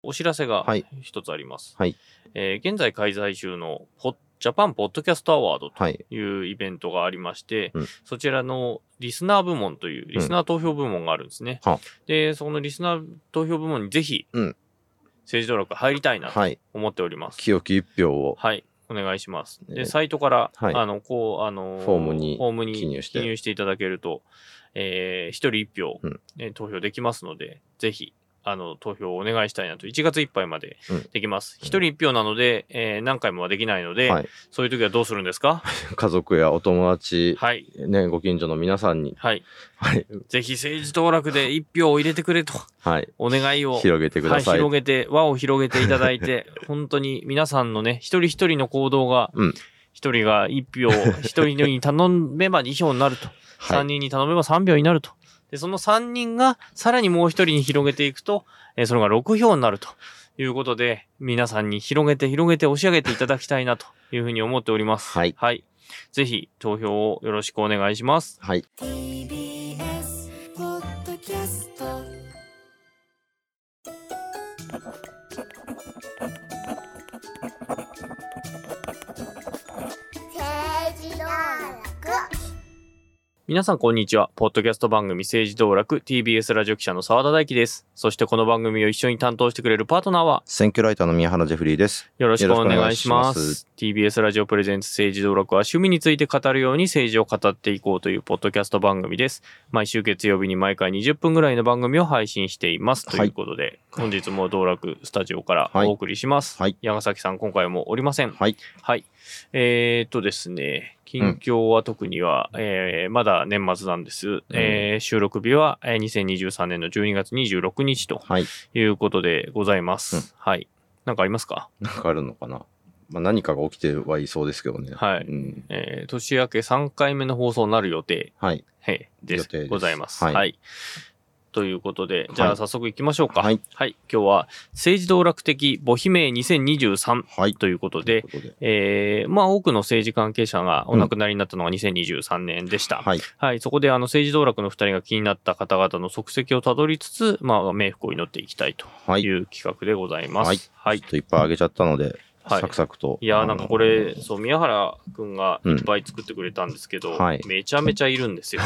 お知らせが一つあります。 はい。 現在開催中のジャパンポッドキャストアワードというイベントがありまして、 はい、 そちらのリスナー部門というリスナー投票部門があるんですね。で、そのリスナー投票部門にぜひ、政治道楽入りたいなと思っております。 清き一票を。 はい。お願いします。で、サイトから、フォームに記入していただけると、一人一票、投票できますので、ぜひ、投票をお願いしたいなと。1月いっぱいまでできます。一人一票なので、何回もはできないので、そういう時はどうするんですか？ 家族やお友達、ね、ご近所の皆さんに。 ぜひ政治道楽で一票を入れてくれと。お願いを。 広げてください。 輪を広げていただいて、本当に皆さんのね、一人一人の行動が、一人が一票、一人に頼めば2票になると。3人に頼めば3票になると。で、その3人がさらにもう一人に広げていくと、それが6票になるということで、皆さんに広げて押し上げていただきたいなというふうに思っております。はい。ぜひ投票をよろしくお願いします。 はい。 TBS ポッドキャスト。政治道楽。 皆さんこんにちは。ポッドキャスト番組政治道楽 TBS ラジオ記者の澤田大樹です。そしてこの番組を一緒に担当してくれるパートナーは選挙ライターの宮原ジェフリーです。 よろしくお願いします。TBS ラジオプレゼンツ政治道楽は趣味について語るように政治を語っていこうというポッドキャスト番組です。毎週月曜日に毎回20分ぐらいの番組を配信しています。ということで、本日も道楽スタジオからお送りします。山崎さん今回もおりません。ですね、近況は特には、まだ年末なんです。収録日は2023年の12月26日ということでございます。なんかありますか？ なんかあるのかな？何かが起きてはいそうですけどね。 年明け3回目の放送になる予定。です。ございます。ということで、じゃあ早速行きましょうか。今日は政治道楽的母姫2023ということで、多くの政治関係者がお亡くなりになったのが2023年でした。そこで政治道楽の2人が気になった方々の足跡をたどりつつ、冥福を祈っていきたいという企画でございます。 ちょっといっぱいあげちゃったので、サクサクと。 いやなんかこれ、宮原くんがいっぱい作ってくれたんですけど、めちゃめちゃいるんですよ。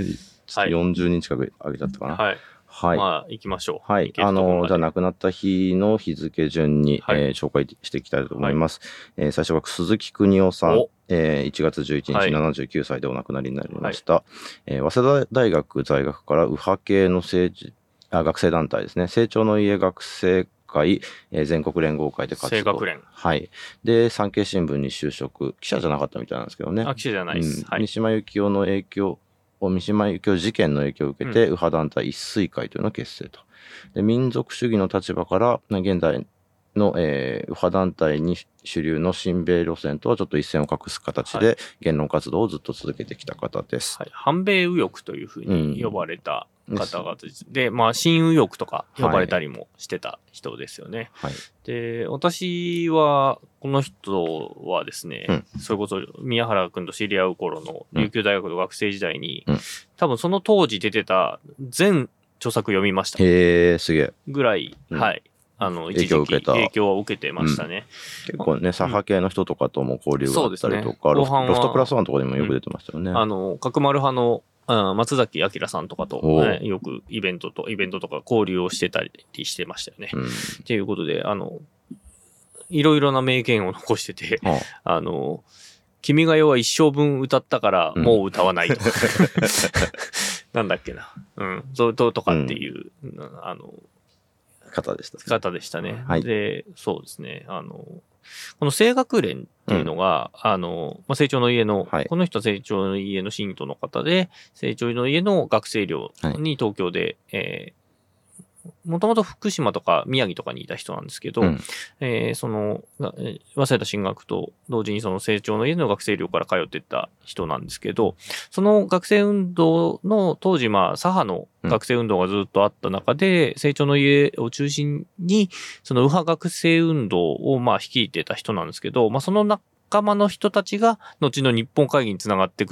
40人近くあげちゃったかな。 行きましょう。 じゃあ亡くなった日の日付順に、紹介していきたいと思います。最初は鈴木邦夫さん、1月11日、79歳でお亡くなりになりました。早稲田大学在学から右派系の学生団体ですね。成長の家学生会、全国連合会で活動。 生学連。 で、産経新聞に就職。記者じゃなかったみたいなんですけどね。 記者じゃないです。 三島由紀夫事件の影響を受けて、右派団体一水会というのを結成と。で、民族主義の立場から、現在の、右派団体に主流の親米路線とはちょっと一線を画す形で、言論活動をずっと続けてきた方です。 反米右翼というふうに呼ばれた方々です。で、親右翼とか呼ばれたりもしてた人ですよね。で、私は、この人はですね、それこそ宮原くんと知り合う頃の琉球大学の学生時代に、多分その当時出てた全著作読みました。 すげえ。 ぐらい、一時期影響を受けてましたね。 結構ね、左派系の人とかとも交流があったりとか、ロフトプラスワンとかでもよく出てましたよね。 角丸派の松崎明さんとかと、よくイベントとか交流をしてたりしてましたよね。ということで、いろいろな名言を残してて、君が代は一生分歌ったからもう歌わないとか、なんだっけな、とかっていう、 方でしたね。で、そうですね。この清学連っていうのが、成長の家の、この人は成長の家の信徒の方で、成長の家の学生寮に東京で、もともと福島とか宮城とかにいた人なんですけど、その、早稲田進学と同時にその成長の家の学生寮から通っていった人なんですけど、その学生運動の当時左派の学生運動がずっとあった中で、成長の家を中心に、その右派学生運動を率いてた人なんですけど、その仲間の人たちが後の日本会議につながっていく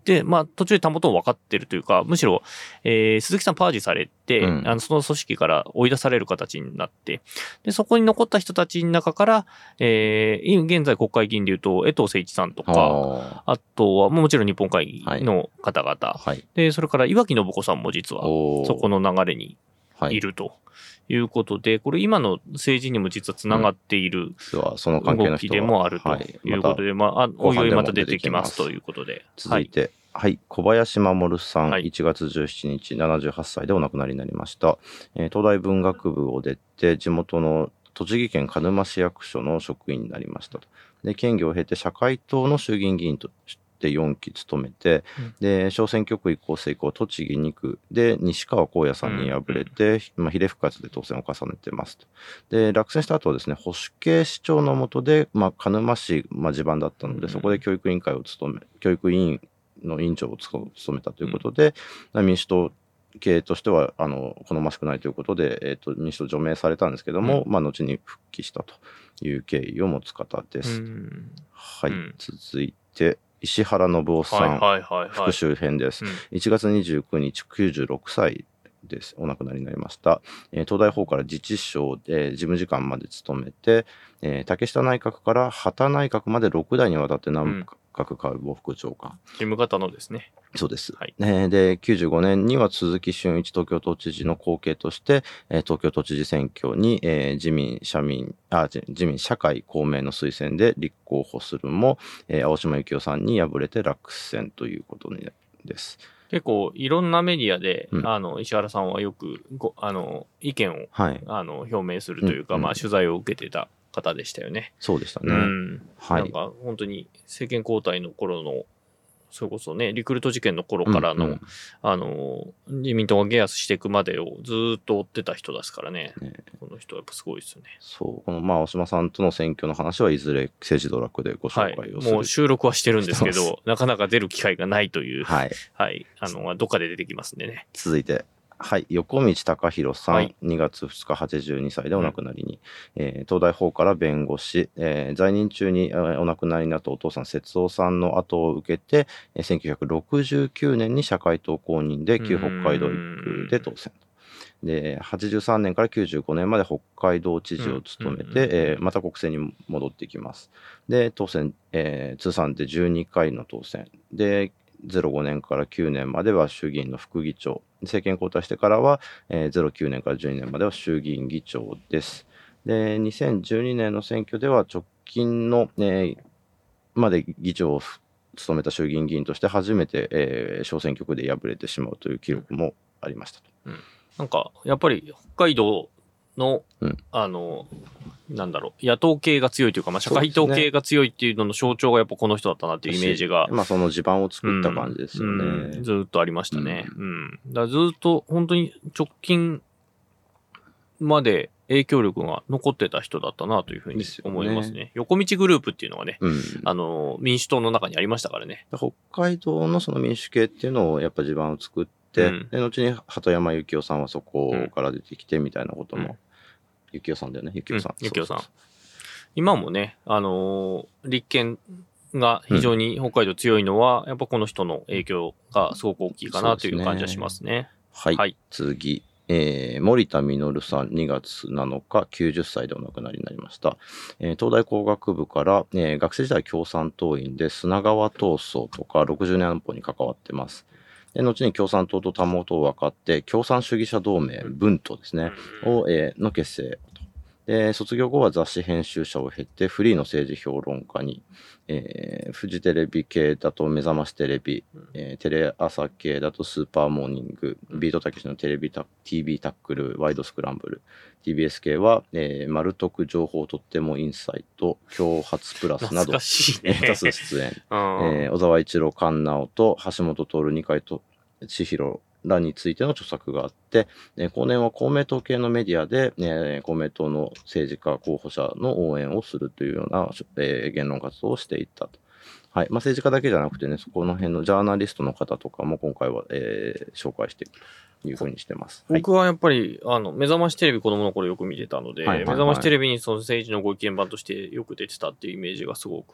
で、まあ、途中でたもとも分かってるというか、むしろ、鈴木さんパージされて、その組織から追い出される形になって、で、そこに残った人たちの中から、現在国会議員でいうと、江藤誠一さんとか、あとは、もちろん日本会議の方々、で、それから岩木信子さんも実は、そこの流れにいると。いうことで、これ今の政治にも実はつながっている動きでもあるということで、まあ、おいおいまた出てきますということで。 続いて、はい、小林守さん、1月17日、78歳でお亡くなりになりました。東大文学部を出て、地元の栃木県鹿沼市役所の職員になりましたと。で、県議を経て社会党の衆議院議員として4期務めて、で、小選挙区移行成功、栃木2区で西川光也さんに敗れて、まあ、比例復活で当選を重ねてますと。で、落選した後はですね、保守系市長の下で、まあ、鹿沼市、まあ、地盤だったので、そこで教育委員会を教育委員の委員長を務めたということで、民主党系としては好ましくないということで、民主党除名されたんですけども、まあ、後に復帰したという経緯を持つ方です。はい、続いて、石原信夫さん、復習編です。1月29日、96歳です。お亡くなりになりました。東大法から自治省で事務次官まで務めて、竹下内閣から畑内閣まで6代にわたって内閣官房副長官。 事務方のですね。 そうです。で、95年には鈴木俊一東京都知事の後継として、東京都知事選挙に、自民、社会、公明の推薦で立候補するも、青島幸男さんに敗れて落選ということです。 結構いろんなメディアで、石原さんはよく意見を、表明するというか、まあ取材を受けてた方でしたよね。 そうでしたね。 なんか本当に政権交代の頃の、それこそね、リクルート事件の頃からの、自民党がゲアスしていくまでをずっと追ってた人ですからね。この人はやっぱすごいですよね。 そう。この青島さんとの選挙の話はいずれ政治ドラッグでご紹介をする。 もう収録はしてるんですけど、なかなか出る機会がないという、どっかで出てきますんでね。 続いて。はい、横道隆弘さん、2月2日82歳でお亡くなりに、東大法から弁護士、在任中にお亡くなりになったお父さん節夫さんの後を受けて、1969年に社会党公認で旧北海道1区で当選。で、83年から95年まで北海道知事を務めて、また国政に戻ってきます。で、当選、通算で12回の当選。で、05年から9年までは衆議院の副議長。政権交代してからは、09年から12年までは衆議院議長です。で、2012年の選挙では直近の、まで議長を務めた衆議院議員として初めて、小選挙区で敗れてしまうという記録もありましたと。 なんか、やっぱり北海道の、なんだろう、野党系が強いというか、まあ、社会党系が強いっていうのの象徴がやっぱこの人だったなっていうイメージが。 まあ、その地盤を作った感じですよね。 ずっとありましたね。だからずっと本当に直近まで影響力が残ってた人だったなというふうに思いますね。横道グループっていうのがね、民主党の中にありましたからね。 北海道のその民主系っていうのをやっぱ地盤を作って、で後に鳩山幸夫さんはそこから出てきてみたいなことも。幸男さんだよね、幸男さん。 幸男さん。今もね、立憲が非常に北海道強いのは、やっぱこの人の影響がすごく大きいかなという感じはしますね。 はい。次。森田実さん、2月7日、90歳でお亡くなりになりました。東大工学部から、学生時代共産党員で砂川闘争とか60年安保に関わってます。で後に共産党と他党を分かって、共産主義者同盟、文党ですね、の結成。で、卒業後は雑誌編集者を経て、フリーの政治評論家に、フジテレビ系だと目覚ましテレビ、テレ朝系だとスーパーモーニング、ビートたけしのTV タックル、ワイドスクランブル、TBS 系は、マル特情報とってもインサイト、今日初プラスなど、多数出演、小沢一郎、菅直と橋本徹、二階と千尋らについての著作があって、後年は公明党系のメディアで、公明党の政治家候補者の応援をするというような、言論活動をしていったと。はい。まあ、政治家だけじゃなくてね、そこの辺のジャーナリストの方とかも今回は、紹介していくというふうにしてます。 僕はやっぱり、目覚ましテレビ子供の頃よく見てたので、目覚ましテレビにその政治のご意見番としてよく出てたっていうイメージがすごく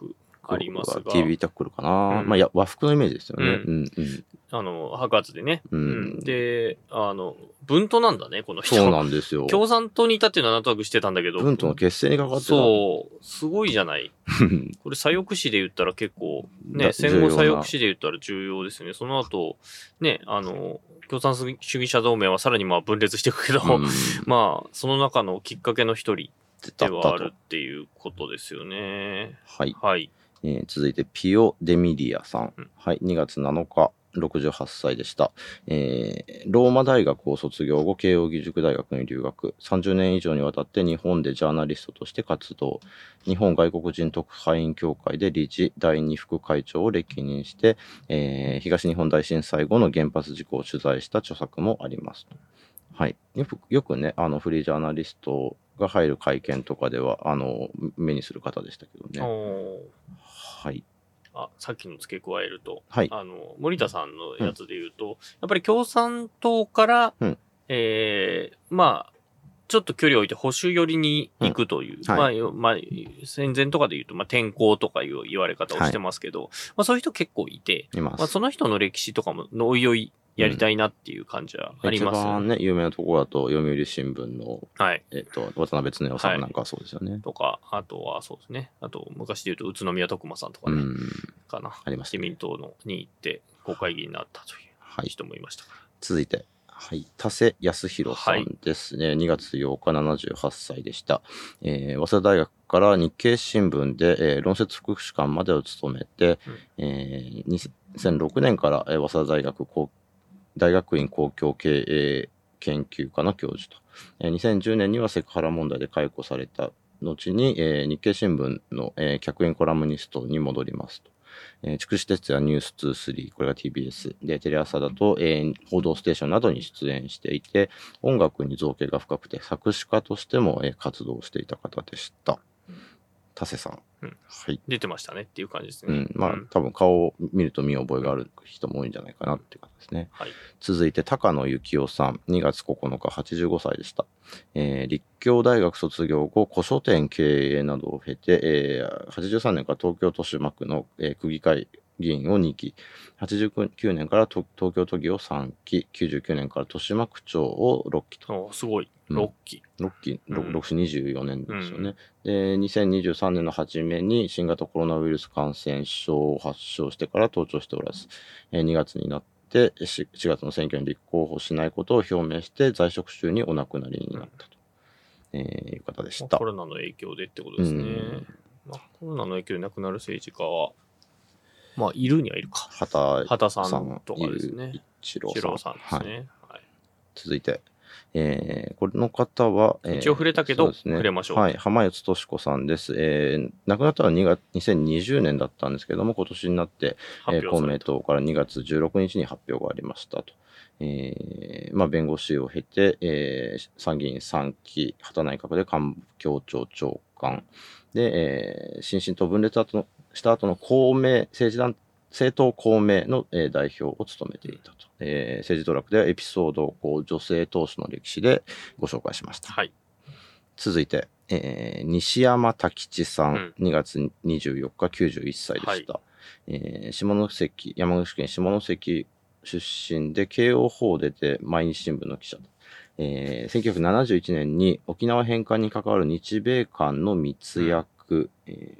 ありますが。 TV タックルかな。まあ、和服のイメージですよね。 白髪でね。で、ブントなんだね、この人。 そうなんですよ。 共産党にいたっていうのはなんとなくしてたんだけど。 ブントの結成にかかってた。 そう。すごいじゃない。これ、左翼史で言ったら結構、ね、戦後左翼史で言ったら重要ですよね。その後、ね、共産主義者同盟はさらにまあ分裂していくけど、まあ、その中のきっかけの一人ではあるっていうことですよね。 はい。 はい。 続いて、ピオ・デミリアさん。はい。2月7日。68歳でした、ローマ大学を卒業後、慶應義塾大学に留学。30年以上にわたって日本でジャーナリストとして活動。日本外国人特派員協会で理事、第2副会長を歴任して、東日本大震災後の原発事故を取材した著作もあります。はい。よくね、フリージャーナリストが入る会見とかでは、目にする方でしたけどね。はい。 さっきの付け加えると、 はい、 森田さんのやつで言うと、やっぱり共産党から、まあ、ちょっと距離を置いて保守寄りに行くという、まあ、戦前とかで言うと、まあ、転校とかいう言われ方をしてますけど、まあ、そういう人結構いて、まあ、その人の歴史とかも、おいおいやりたいなっていう感じはあります、 一番ね、有名なところだと、読売新聞の、渡辺恒夫さんなんかそうですよね。 とか、あとはそうですね。あと、昔で言うと、宇都宮徳馬さんとかね、かな。 ありました、 自民党に行って、国会議員になったという人もいましたから。 続いて、はい、田瀬康弘さんですね。2月8日、78歳でした。早稲田大学から日経新聞で、論説副主幹までを務めて、2006年から、早稲田大学院公共経営研究科の教授と。2010年にはセクハラ問題で解雇された後に、日経新聞の、客員コラムニストに戻りますと。筑紫哲也ニュース2、3、これが TBS で、テレ朝だと、報道ステーションなどに出演していて、音楽に造形が深くて、作詞家としても、活動していた方でした。田瀬さん、 はい。出てましたねっていう感じですね。 まあ、多分顔を見ると見覚えがある人も多いんじゃないかなっていう感じですね。 はい。 続いて、高野幸雄さん、2月9日、85歳でした。立教大学卒業後、古書店経営などを経て、83年から東京豊島区の、区議会議員を2期、89年から東京都議を3期、99年から豊島区長を6期と。 すごい。6期。 6期、6、24年ですよね。で、2023年の初めに新型コロナウイルス感染症を発症してから登庁しておらず、2月になって4月の選挙に立候補しないことを表明して在職中にお亡くなりになったと、いう方でした。 コロナの影響でってことですね。コロナの影響で亡くなる政治家は、まあ、いるにはいるか。畑さんとかですね。 一郎さんですね。はい。 続いて、この方は、 一応触れたけど、触れましょう。 はい。浜内俊子さんです。亡くなったのは2020年だったんですけども、今年になって、公明党から2月16日に発表がありましたと。まあ、弁護士を経て、参議院3期、畑内閣で官房協調長官で、新進党分裂した後の公明、政党公明の、代表を務めていたと。政治ドラッグではエピソードを女性党首の歴史でご紹介しました。 はい。 続いて、西山太吉さん、2月24日、91歳でした。山口県下関出身で、慶応法出て毎日新聞の記者。1971年に沖縄返還に関わる日米間の密約、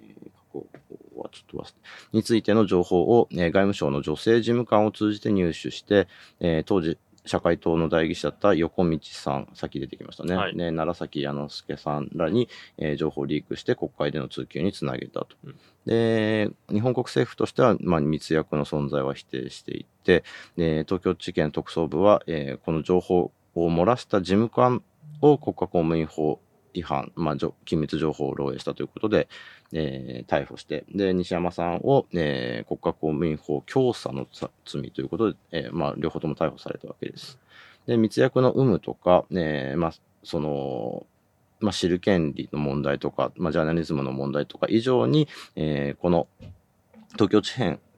についての情報を、外務省の女性事務官を通じて入手して、当時社会党の代議士だった横道さん、さっき出てきましたね。楢崎彌之助さんらに、情報をリークして国会での追及につなげたと。で、日本国政府としては、まあ、密約の存在は否定していて、東京地検特捜部は、この情報を漏らした事務官を国家公務員法違反、まあ、機密情報を漏洩したということで、逮捕して、で、西山さんを、国家公務員法教唆の罪ということで、まあ、両方とも逮捕されたわけです。で、密約の有無とか、まあ、まあ、知る権利の問題とか、まあ、ジャーナリズムの問題とか以上に、この東京地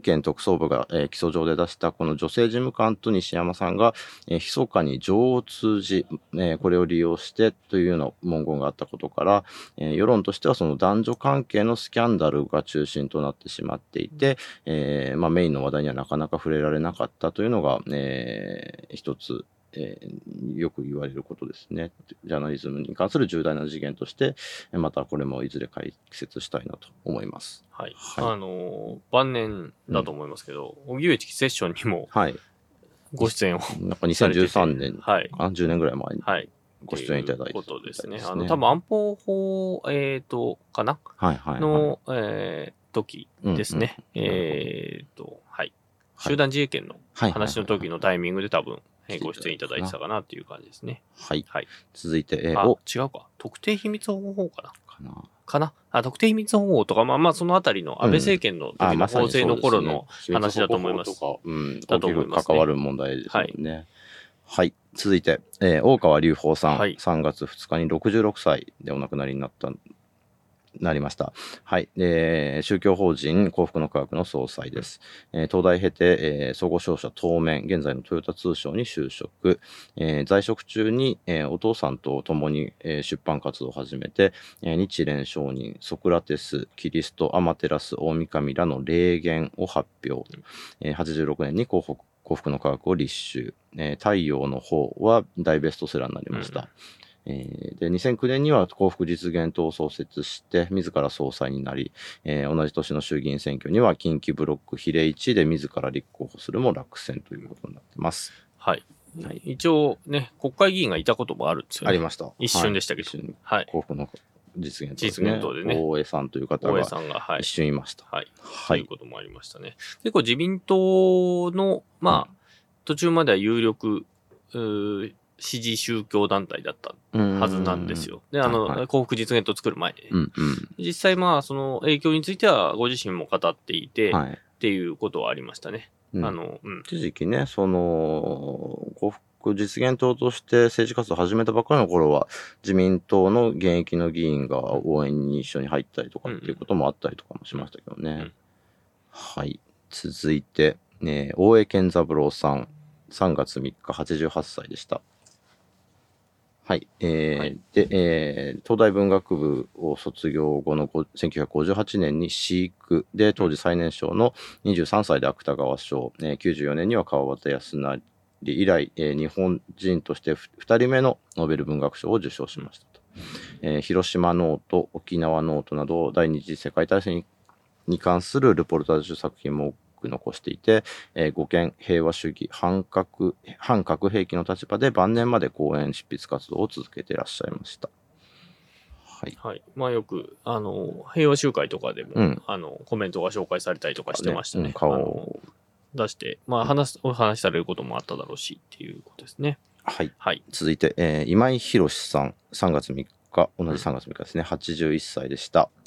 県特捜部が、起訴状で出したこの女性事務官と西山さんが、密かに情を通じ、これを利用してというような文言があったことから、世論としてはその男女関係のスキャンダルが中心となってしまっていて、メインの話題にはなかなか触れられなかったというのが、一つ、よく言われることですね。ジャーナリズムに関する重大な事件として、またこれもいずれ解説したいなと思います。 はい。晩年だと思いますけど、荻上チキセッションにも、ご出演を、 なんか2013年かな、10年ぐらい前に。 はい。 ご出演いただいて、 ことですね。多分安保法、かなの、時ですね。はい。集団自衛権の話の時のタイミングで多分、ご出演いただいてたかなっていう感じですね。 はい。続いて、 違うか。特定秘密保護法かな特定秘密保護とか、そのあたりの安倍政権の時の法制の頃の話だと思います。 だと思います。関わる問題ですよね。はい。続いて、大川隆法さん、3月2日に66歳でお亡くなりになりました。はい。宗教法人幸福の科学の総裁です。東大経て、総合商社当面、現在のトヨタ通商に就職。在職中に、お父さんと共に、出版活動を始めて、日蓮聖人、ソクラテス、キリスト、アマテラス、大神らの霊言を発表。86年に幸福の科学を立宗。太陽の方は大ベストセラーになりました。で2009年には幸福実現党を創設して自ら総裁になり、同じ年の衆議院選挙には近畿ブロック比例1で自ら立候補するも落選ということになっています。 はい。一応ね、国会議員がいたこともあるんですよね。 ありました。 一瞬でしたけど。 はい。幸福の実現党でね。大江さんという方が一瞬いました。 はい。ということもありましたね。結構自民党の、途中までは有力、支持宗教団体だったはずなんですよ。で、幸福実現党を作る前に、実際その影響についてはご自身も語っていて、っていうことはありましたね。 一時期ね、その、幸福実現党として政治活動を始めたばっかりの頃は、自民党の現役の議員が応援に一緒に入ったりとかっていうこともあったりとかもしましたけどね。はい。続いて、大江健三郎さん、3月3日、88歳でした。はい。で、東大文学部を卒業後の1958年に飼育で、当時最年少の23歳で芥川賞、94年には川端康成以来、日本人として2人目のノーベル文学賞を受賞しましたと。広島ノート、沖縄ノートなど、第二次世界大戦に関するルポルタージュ作品も残していて、護憲、平和主義、反核兵器の立場で晩年まで講演執筆活動を続けていらっしゃいました。はい。 はい。よく、平和集会とかでも、コメントが紹介されたりとかしてましたね。 顔を出して、お話しされることもあっただろうしっていうことですね。 はい。はい。続いて、今井博さん、3月3日。同じ3月3日ですね、81歳でした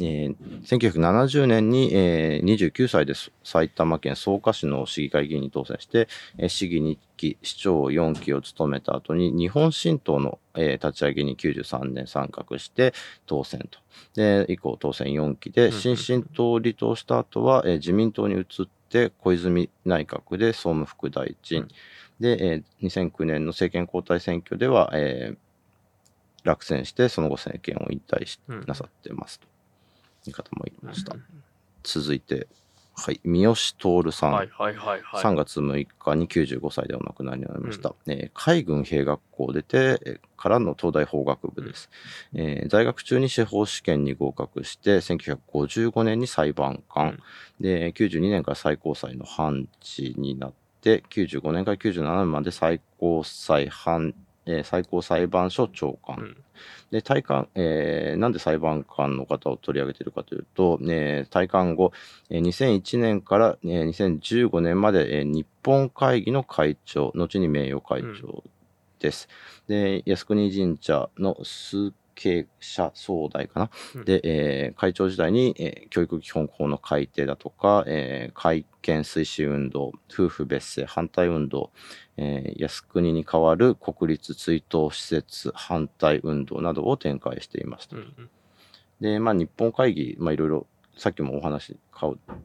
。1970年に、29歳で埼玉県草加市の市議会議員に当選して、市議2期、市長4期を務めた後に、日本新党の、立ち上げに93年参画して当選と。で、以降当選4期で、新進党を離党した後は、自民党に移って小泉内閣で総務副大臣。で、2009年の政権交代選挙では、落選して、その後政権を引退なさってますという方もいました。続いて、はい、三好徹さん、3月6日に95歳でお亡くなりになりました。海軍兵学校を出てからの東大法学部です。在学中に司法試験に合格して、1955年に裁判官、で、92年から最高裁の判事になって、95年から97年まで最高裁判所長官。で、なんで裁判官の方を取り上げているかというと、退官後、2001年から2015年まで日本会議の会長、後に名誉会長です。で、靖国神社の数経社総代かな。で、会長時代に、教育基本法の改定だとか、改憲推進運動、夫婦別姓反対運動、靖国に代わる国立追悼施設反対運動などを展開していました。で、日本会議、いろいろ、さっきもお話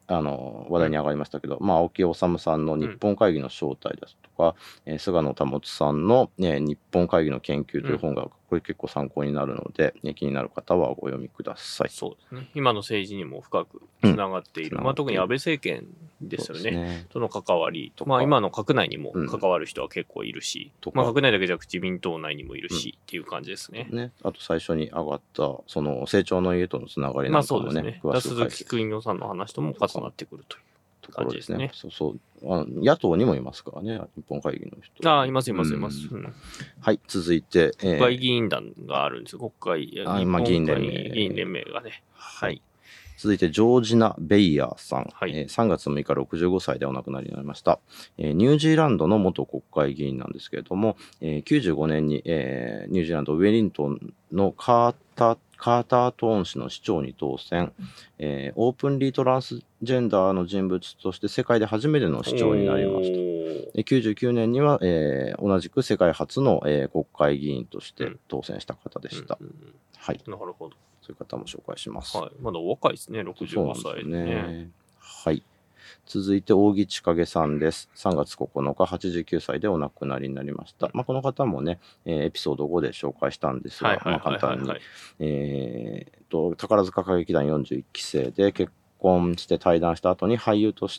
話題に上がりましたけど、青木治さんの日本会議の正体ですとか、菅野保さんの、日本会議の研究という本が、これ結構参考になるので、気になる方はご読みください。 そうですね。今の政治にも深くつながっている。特に安倍政権ですよね。との関わり。今の閣内にも関わる人は結構いるし、閣内だけじゃなく自民党内にもいるし、っていう感じですね。 あと最初に上がった、その成長の家とのつながりなんかもね、 詳しく鈴木邦夫さんの話とも重なってくるという感じですね。 野党にもいますからね、日本会議の人。 います。 はい、続いて、 国会議員団があるんですよ。国会、 今、議員連盟がね。 はい。続いて、ジョージナ・ベイヤーさん。3月6日、65歳でお亡くなりになりました。ニュージーランドの元国会議員なんですけれども、95年に、ニュージーランド・ウェリントンのカータートーン市の市長に当選、オープンリートランスジェンダーの人物として世界で初めての市長になりました。99年には、同じく世界初の、国会議員として当選した方でした。はい。 なるほど。 そういう方も紹介します。 はい。まだお若いですね、65歳ね。はい。続いて、扇千景さんです。3月9日、89歳でお亡くなりになりました。この方もね、エピソード5で紹介したんですが、簡単に。宝塚歌劇団41期生で結婚して退団した後に俳優として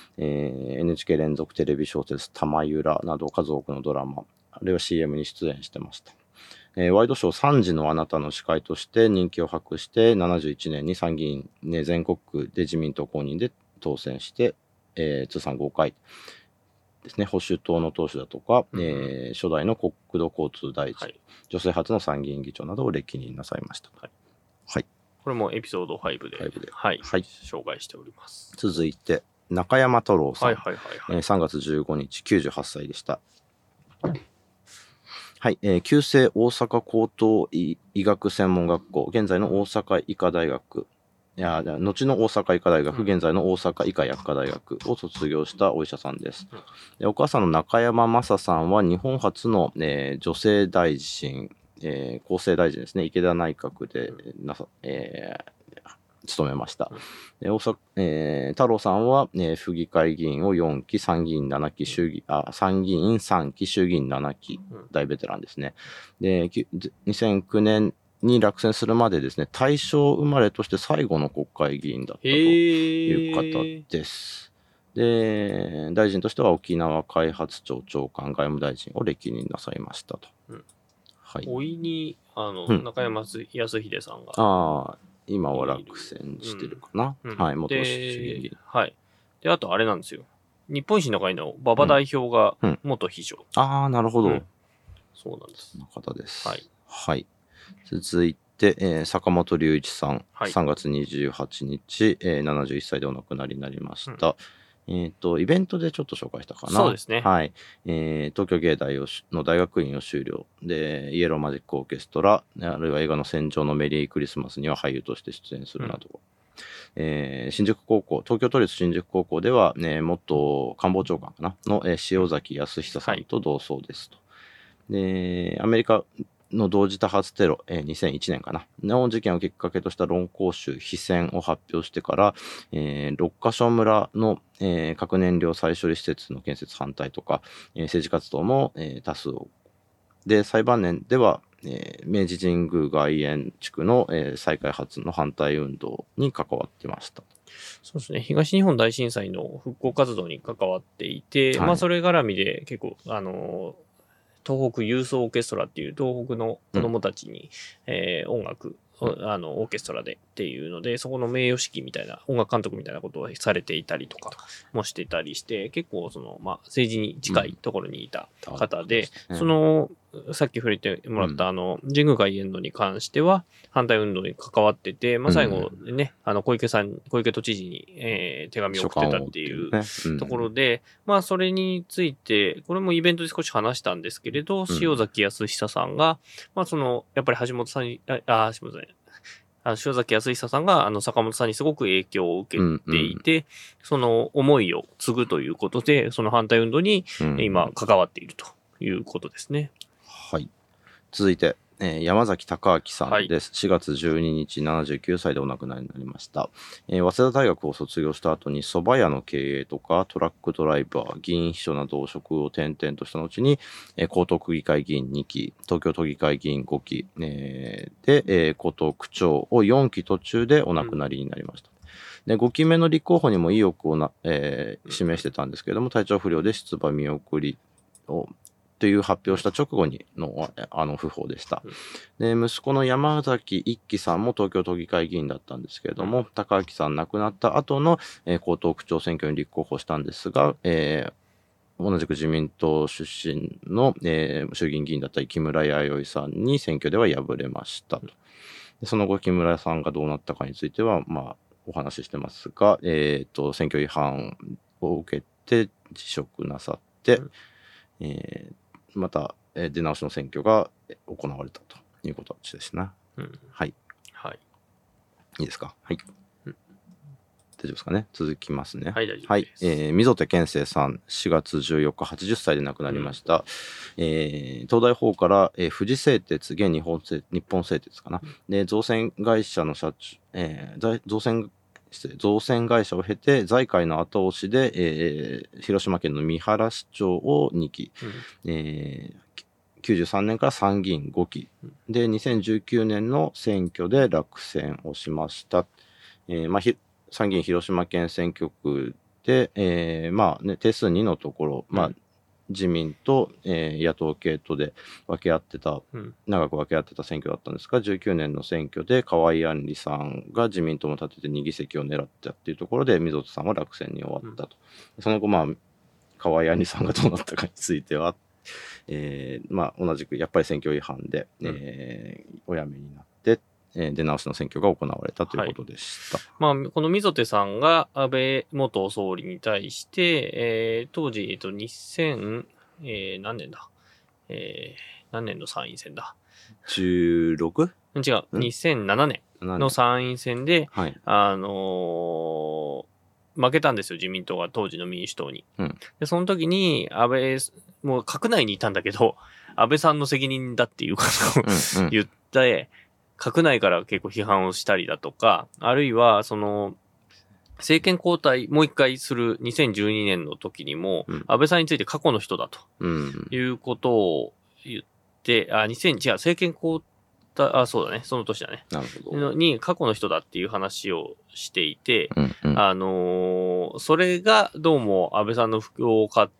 、NHK 連続テレビ小説、玉ゆらなど数多くのドラマ、あるいは CM に出演してました。ワイドショー3時のあなたの司会として人気を博して、71年に参議院、全国区で自民党公認で当選して、通算5回ですね、保守党の党首だとか、初代の国土交通大臣、女性初の参議院議長などを歴任なさいました。はい。 これもエピソード5で、紹介しております。 続いて、中山太郎さん。3月15日、98歳でした。はい、旧制大阪高等医学専門学校、現在の大阪医科大学、後の大阪医科大学、現在の大阪医科薬科大学を卒業したお医者さんです。お母さんの中山雅さんは日本初の、女性大臣、厚生大臣ですね、池田内閣で務めました。太郎さんは、府議会議員を4期、参議院7期、参議院3期、衆議院7期、大ベテランですね。で、2009年に落選するまでですね、大正生まれとして最後の国会議員だったという方です。で、大臣としては沖縄開発庁長官、外務大臣を歴任なさいましたと。 はい。おいに、中山康秀さんが。 今は落選してるかな。はい、元衆議院議員。 はい。で、あとあれなんですよ。日本維新の会の馬場代表が元秘書。 なるほど。 そうなんです。 その方です。 はい。 はい。続いて、坂本龍一さん。3月28日、71歳でお亡くなりになりました。イベントでちょっと紹介したかな。 そうですね。 はい。東京芸大の大学院を修了で、イエローマジックオーケストラ、あるいは映画の戦場のメリークリスマスには俳優として出演するなど。新宿高校、東京都立新宿高校では、元官房長官かなの、塩崎康久さんと同窓ですと。で、アメリカの同時多発テロ、2001年かなの事件をきっかけとした論考集非戦を発表してから、六ヶ所村の、核燃料再処理施設の建設反対とか、政治活動も、多数を。で、最晩年では、明治神宮外苑地区の、再開発の反対運動に関わってました。 そうですね。東日本大震災の復興活動に関わっていて、それ絡みで結構、東北ユースオーケストラっていう東北の子供たちに、音楽、オーケストラでっていうので、そこの名誉式みたいな、音楽監督みたいなことをされていたりとかもしてたりして、結構政治に近いところにいた方で、さっき触れてもらった神宮外苑に関しては反対運動に関わってて、最後ね、小池都知事に、手紙を送ってたっていうところで、それについて、これもイベントで少し話したんですけれど、塩崎康久さんが、やっぱり橋本さんに、塩崎康久さんが坂本さんにすごく影響を受けていて、その思いを継ぐということで、その反対運動に今関わっているということですね。 はい。続いて、 山崎隆明さんです。4月12日、79歳でお亡くなりになりました。早稲田大学を卒業した後に蕎麦屋の経営とかトラックドライバー、議員秘書など職を転々とした後に、江東区議会議員2期、東京都議会議員5期、で、江東区長を4期途中でお亡くなりになりました。で5期目の立候補にも意欲を示してたんですけれども、体調不良で出馬見送りをという発表した直後にの訃報でした。で息子の山崎一輝さんも東京都議会議員だったんですけれども、高明さん亡くなった後の江東区長選挙に立候補したんですが、同じく自民党出身の、衆議院議員だった木村弥生さんに選挙では敗れましたと。でその後木村さんがどうなったかについては、お話ししてますが、選挙違反を受けて辞職なさって、また、出直しの選挙が行われたということですね。はい。 はい。 いいですか。はい。大丈夫ですかね。続きますね。 はい、大丈夫です。 はい。溝手健生さん、4月14日、80歳で亡くなりました。東大法から、富士製鉄、現日本製鉄かな。で、造船会社の社長、造船会社を経て財界の後押しで、広島県の三原市長を2期、93年から参議院5期で2019年の選挙で落選をしました。参議院広島県選挙区で、定数2のところ、自民と、野党系とで長く分け合ってた選挙だったんですが、19年の選挙で河井案里さんが自民党も立てて2議席を狙ったっていうところで、溝戸さんは落選に終わったと。その後、河井案里さんがどうなったかについては、同じくやっぱり選挙違反で、お辞めになって、出直しの選挙が行われたということでした。 この溝手さんが安倍元総理に対して、当時、2000、何年だ何年の参院選だ 16? 違う、2007年の参院選で、負けたんですよ、自民党が当時の民主党に。で、その時に、もう閣内にいたんだけど、安倍さんの責任だっていうことを言って、閣内から結構批判をしたりだとか、あるいは、政権交代もう一回する2012年の時にも、安倍さんについて過去の人だと、いうことを言って、政権交代、そうだね、その年だね。 なるほど。 に過去の人だっていう話をしていて、それがどうも安倍さんの服を買って、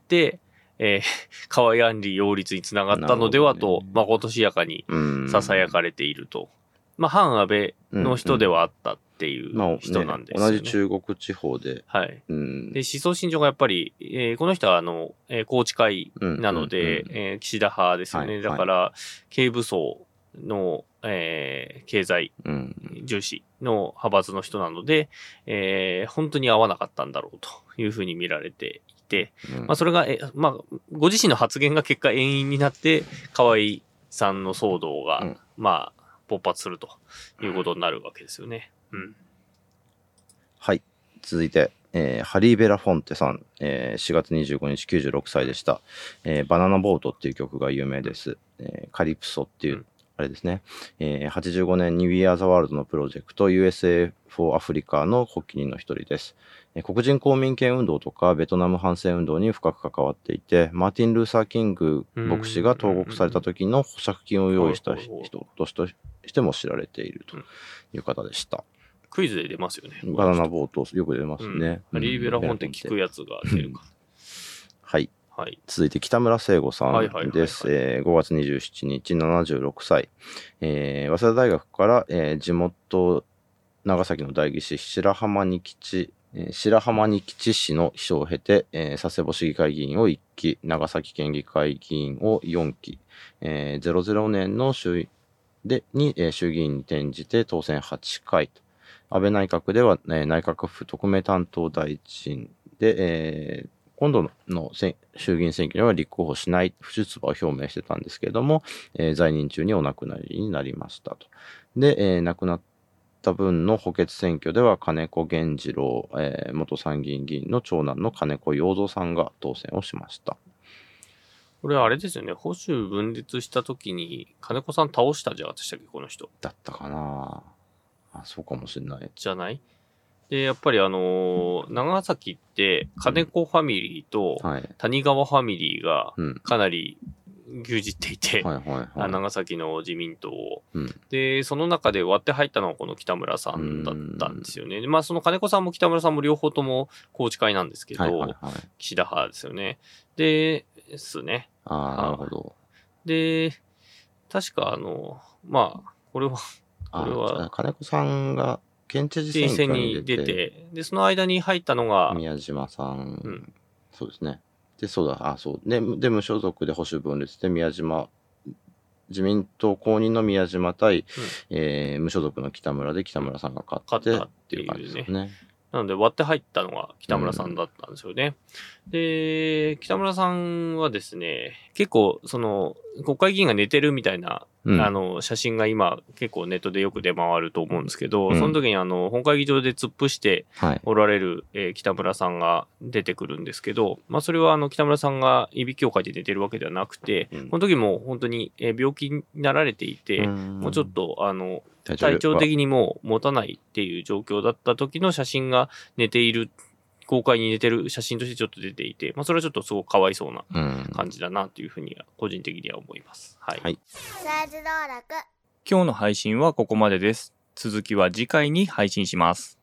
河井案里擁立につながったのではと、まことしやかに囁かれていると。反安倍の人ではあったっていう人なんですよね。 同じ中国地方で。 はい。で、思想信条がやっぱり、この人は宏池会なので、岸田派ですよね。だから、軽武装の、経済重視の派閥の人なので、本当に合わなかったんだろうというふうに見られていて、それが、ご自身の発言が結果遠因になって、河井さんの騒動が、勃発するということになるわけですよね。 はい。続いて、ハリー・ベラフォンテさん、4月25日96歳でした。バナナボートっていう曲が有名です。カリプソっていう、あれですね。85年に We Are the World のプロジェクト USA for Africa の発起人の一人です。黒人公民権運動とかベトナム反戦運動に深く関わっていて、マーティン・ルーサー・キング牧師が投獄された時の保釈金を用意した人としても知られているという方でした。 クイズで出ますよね。 バナナボートよく出ますね。 ハリー・ベラフォンテ聞くやつが出るか。 はい。続いて北村聖吾さんです。5月27日76歳。早稲田大学から、地元長崎の大義士白浜に基地市の秘書を経て、佐世保市議会議員を1期、長崎県議会議員を4期、00年の衆議院に転じて当選8回と。安倍内閣では、内閣府特命担当大臣で、今度の衆議院選挙には立候補しない不出馬を表明してたんですけれども、在任中にお亡くなりになりましたと。で、亡くなった分の補欠選挙では金子原二郎、元参議院議員の長男の金子洋三さんが当選をしました。 これあれですよね。保守分裂した時に金子さん倒したんじゃなかったでしたっけ、この人。 だったかな。あ、そうかもしれない。 じゃない？で、やっぱり長崎って金子ファミリーと谷川ファミリーがかなり牛耳っていて、長崎の自民党を、で、その中で割って入ったのはこの北村さんだったんですよね。まあその金子さんも北村さんも両方とも宏池会なんですけど、岸田派ですよね。ですね。 なるほど。 で、確かまあ、これは、 金子さんが県知事選挙に出て、 で、その間に入ったのが、 宮島さん、そうですね。で、そうだ、そう。で、無所属で保守分裂で自民党公認の宮島対、無所属の北村で北村さんが勝ったっていう感じですね。 なので割って入ったのが北村さんだったんですよね。で、北村さんはですね、結構国会議員が寝てるみたいな、写真が今結構ネットでよく出回ると思うんですけど、その時に本会議場で突っ伏しておられる、北村さんが出てくるんですけど、まあそれは北村さんがいびきをかいて寝てるわけではなくて、この時も本当に病気になられていて、もうちょっと体調的にも持たないっていう状況だった時の写真が寝ている、公開に寝てる写真としてちょっと出ていて、まあそれはちょっとすごくかわいそうな感じだなというふうには個人的には思います。はい。 サイズ道楽。 今日の配信はここまでです。続きは次回に配信します。